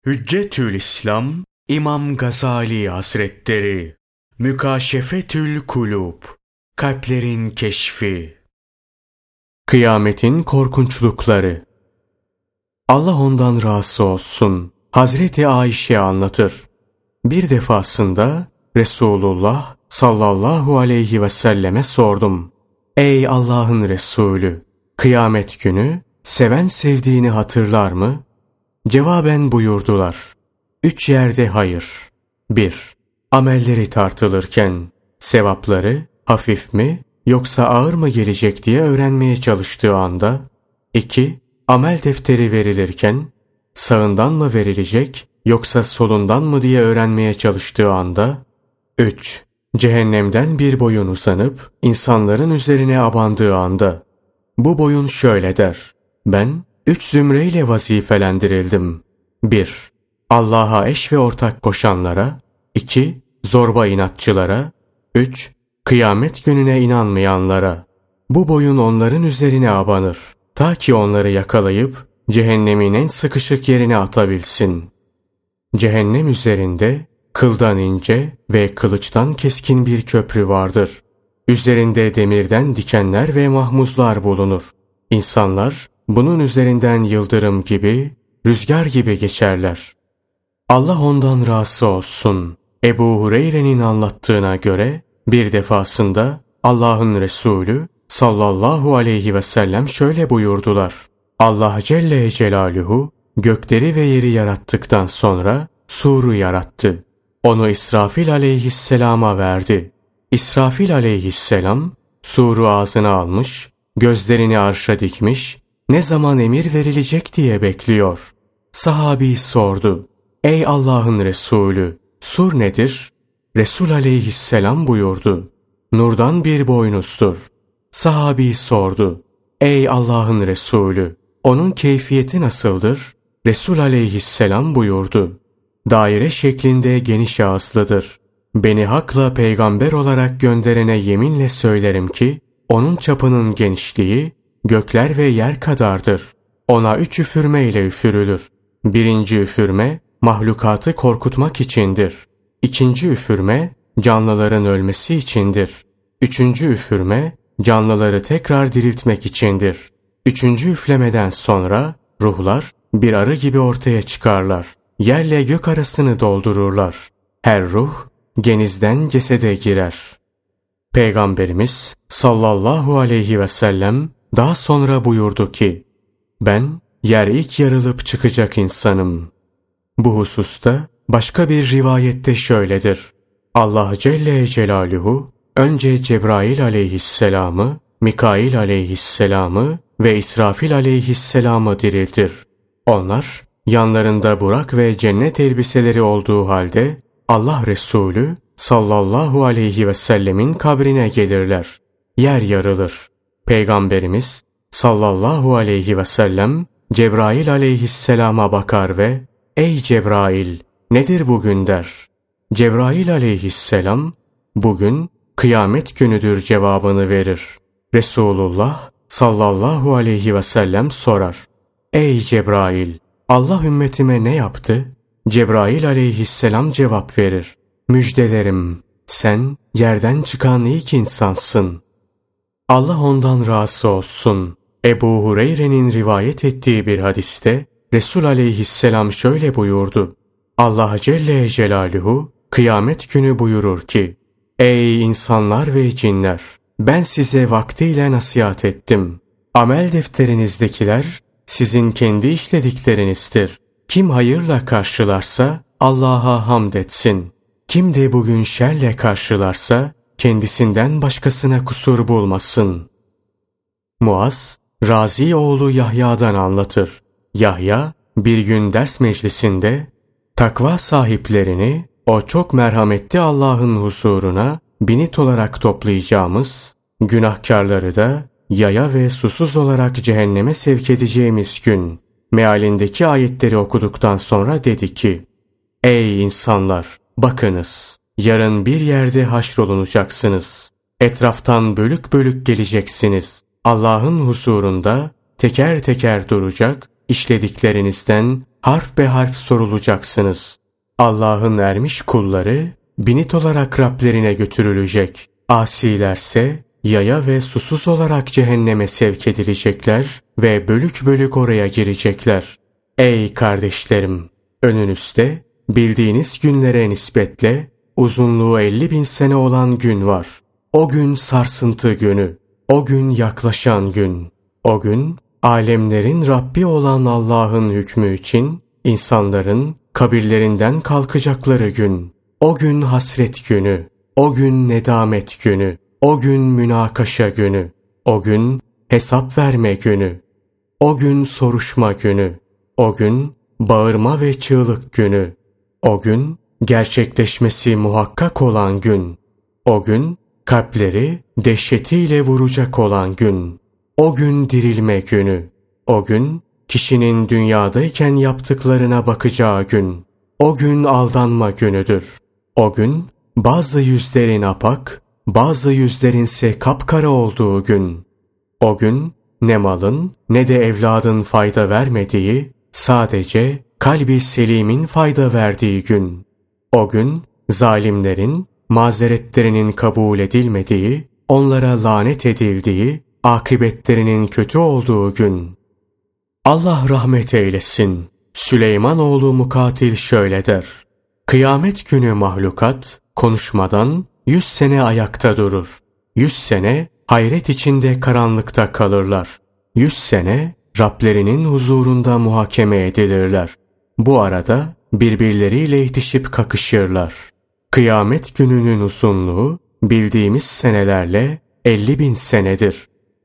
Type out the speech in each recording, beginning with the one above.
Hüccetül İslam İmam Gazali Hazretleri. Mükaşefetül Kulub, kalplerin keşfi. Kıyametin korkunçlukları. Allah ondan razı olsun. Hazreti Ayşe anlatır. Bir defasında Resulullah sallallahu aleyhi ve selleme sordum. Ey Allah'ın Resulü, kıyamet günü seven sevdiğini hatırlar mı? Cevaben buyurdular. 3 yerde hayır. 1. Amelleri tartılırken sevapları hafif mi yoksa ağır mı gelecek diye öğrenmeye çalıştığı anda. 2. Amel defteri verilirken sağından mı verilecek yoksa solundan mı diye öğrenmeye çalıştığı anda. 3. Cehennemden bir boyun uzanıp insanların üzerine abandığı anda. Bu boyun şöyle der. Ben 3 zümreyle vazifelendirildim. 1. Allah'a eş ve ortak koşanlara. 2. Zorba inatçılara. 3. Kıyamet gününe inanmayanlara. Bu boyun onların üzerine abanır. Ta ki onları yakalayıp cehennemin en sıkışık yerine atabilsin. Cehennem üzerinde kıldan ince ve kılıçtan keskin bir köprü vardır. Üzerinde demirden dikenler ve mahmuzlar bulunur. İnsanlar bunun üzerinden yıldırım gibi, rüzgar gibi geçerler. Allah ondan razı olsun. Ebu Hureyre'nin anlattığına göre bir defasında Allah'ın Resulü sallallahu aleyhi ve sellem şöyle buyurdular. Allah Celle Celaluhu gökleri ve yeri yarattıktan sonra suru yarattı. Onu İsrafil aleyhisselama verdi. İsrafil aleyhisselam suru ağzına almış, gözlerini arşa dikmiş, ne zaman emir verilecek diye bekliyor. Sahabi sordu. Ey Allah'ın Resulü, sur nedir? Resul aleyhisselam buyurdu. Nurdan bir boynuzdur. Sahabi sordu. Ey Allah'ın Resulü, onun keyfiyeti nasıldır? Resul aleyhisselam buyurdu. Daire şeklinde geniş ağızlıdır. Beni hakla peygamber olarak gönderene yeminle söylerim ki, onun çapının genişliği gökler ve yer kadardır. Ona 3 üfürme ile üfürülür. 1. üfürme mahlukatı korkutmak içindir. 2. üfürme canlıların ölmesi içindir. 3. üfürme canlıları tekrar diriltmek içindir. 3. üflemeden sonra ruhlar bir arı gibi ortaya çıkarlar. Yerle gök arasını doldururlar. Her ruh genizden cesede girer. Peygamberimiz sallallahu aleyhi ve sellem daha sonra buyurdu ki, ben yer ilk yarılıp çıkacak insanım. Bu hususta başka bir rivayette şöyledir. Allah Celle Celaluhu önce Cebrail aleyhisselamı, Mikail aleyhisselamı ve İsrafil aleyhisselamı diriltir. Onlar yanlarında Burak ve cennet elbiseleri olduğu halde Allah Resulü sallallahu aleyhi ve sellemin kabrine gelirler. Yer yarılır. Peygamberimiz sallallahu aleyhi ve sellem Cebrail aleyhisselama bakar ve ey Cebrail nedir bugün der. Cebrail aleyhisselam bugün kıyamet günüdür cevabını verir. Resulullah sallallahu aleyhi ve sellem sorar. Ey Cebrail Allah ümmetime ne yaptı? Cebrail aleyhisselam cevap verir. Müjdelerim, sen yerden çıkan ilk insansın. Allah ondan razı olsun. Ebu Hureyre'nin rivayet ettiği bir hadiste Resul aleyhisselam şöyle buyurdu. Allah Celle Celaluhu kıyamet günü buyurur ki, ey insanlar ve cinler, ben size vaktiyle nasihat ettim. Amel defterinizdekiler sizin kendi işlediklerinizdir. Kim hayırla karşılarsa Allah'a hamd etsin. Kim de bugün şerle karşılarsa kendisinden başkasına kusur bulmasın. Muaz, Razi oğlu Yahya'dan anlatır. Yahya bir gün ders meclisinde takva sahiplerini o çok merhametli Allah'ın huzuruna binit olarak toplayacağımız, günahkarları da yaya ve susuz olarak cehenneme sevk edeceğimiz gün mealindeki ayetleri okuduktan sonra dedi ki, ey insanlar bakınız, yarın bir yerde haşrolunacaksınız. Etraftan bölük bölük geleceksiniz. Allah'ın huzurunda teker teker duracak, işlediklerinizden harf be harf sorulacaksınız. Allah'ın ermiş kulları binit olarak Rablerine götürülecek. Asilerse yaya ve susuz olarak cehenneme sevk edilecekler ve bölük bölük oraya girecekler. Ey kardeşlerim! Önünüzde bildiğiniz günlere nispetle uzunluğu 50.000 sene olan gün var. O gün sarsıntı günü, o gün yaklaşan gün, o gün alemlerin Rabbi olan Allah'ın hükmü için insanların kabirlerinden kalkacakları gün, o gün hasret günü, o gün nedamet günü, o gün münakaşa günü, o gün hesap verme günü, o gün soruşma günü, o gün bağırma ve çığlık günü, o gün gerçekleşmesi muhakkak olan gün, o gün kalpleri dehşetiyle vuracak olan gün, o gün dirilme günü, o gün kişinin dünyadayken yaptıklarına bakacağı gün, o gün aldanma günüdür. O gün bazı yüzlerin apak, bazı yüzlerinse kapkara olduğu gün. O gün ne malın ne de evladın fayda vermediği, sadece kalbi selimin fayda verdiği gün. O gün zalimlerin mazeretlerinin kabul edilmediği, onlara lanet edildiği, akıbetlerinin kötü olduğu gün. Allah rahmet eylesin. Süleymanoğlu Mukatil şöyle der: Kıyamet günü mahlukat konuşmadan 100 sene ayakta durur. 100 sene hayret içinde karanlıkta kalırlar. 100 sene Rablerinin huzurunda muhakeme edilirler. Bu arada birbirleriyle itişip kakışırlar. Kıyamet gününün uzunluğu bildiğimiz senelerle 50.000 senedir.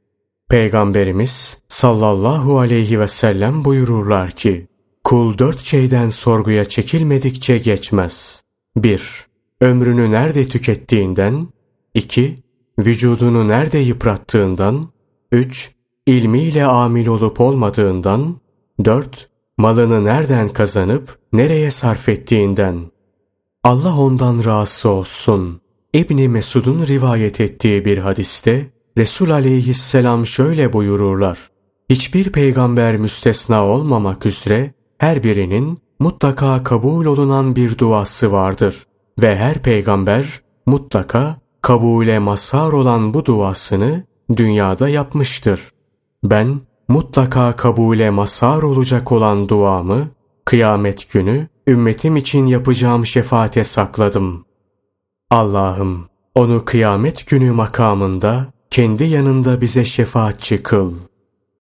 Peygamberimiz sallallahu aleyhi ve sellem buyururlar ki, kul 4 şeyden sorguya çekilmedikçe geçmez. 1. Ömrünü nerede tükettiğinden. 2. Vücudunu nerede yıprattığından. 3. İlmiyle amil olup olmadığından. 4. Malını nereden kazanıp nereye sarf ettiğinden. Allah ondan razı olsun. İbn Mesud'un rivayet ettiği bir hadiste Resul aleyhisselam şöyle buyururlar: Hiçbir peygamber müstesna olmamak üzere her birinin mutlaka kabul olunan bir duası vardır ve her peygamber mutlaka kabule mazhar olan bu duasını dünyada yapmıştır. Ben mutlaka kabule mazhar olacak olan duamı kıyamet günü ümmetim için yapacağım şefaate sakladım. Allah'ım onu kıyamet günü makamında kendi yanında bize şefaatçi kıl.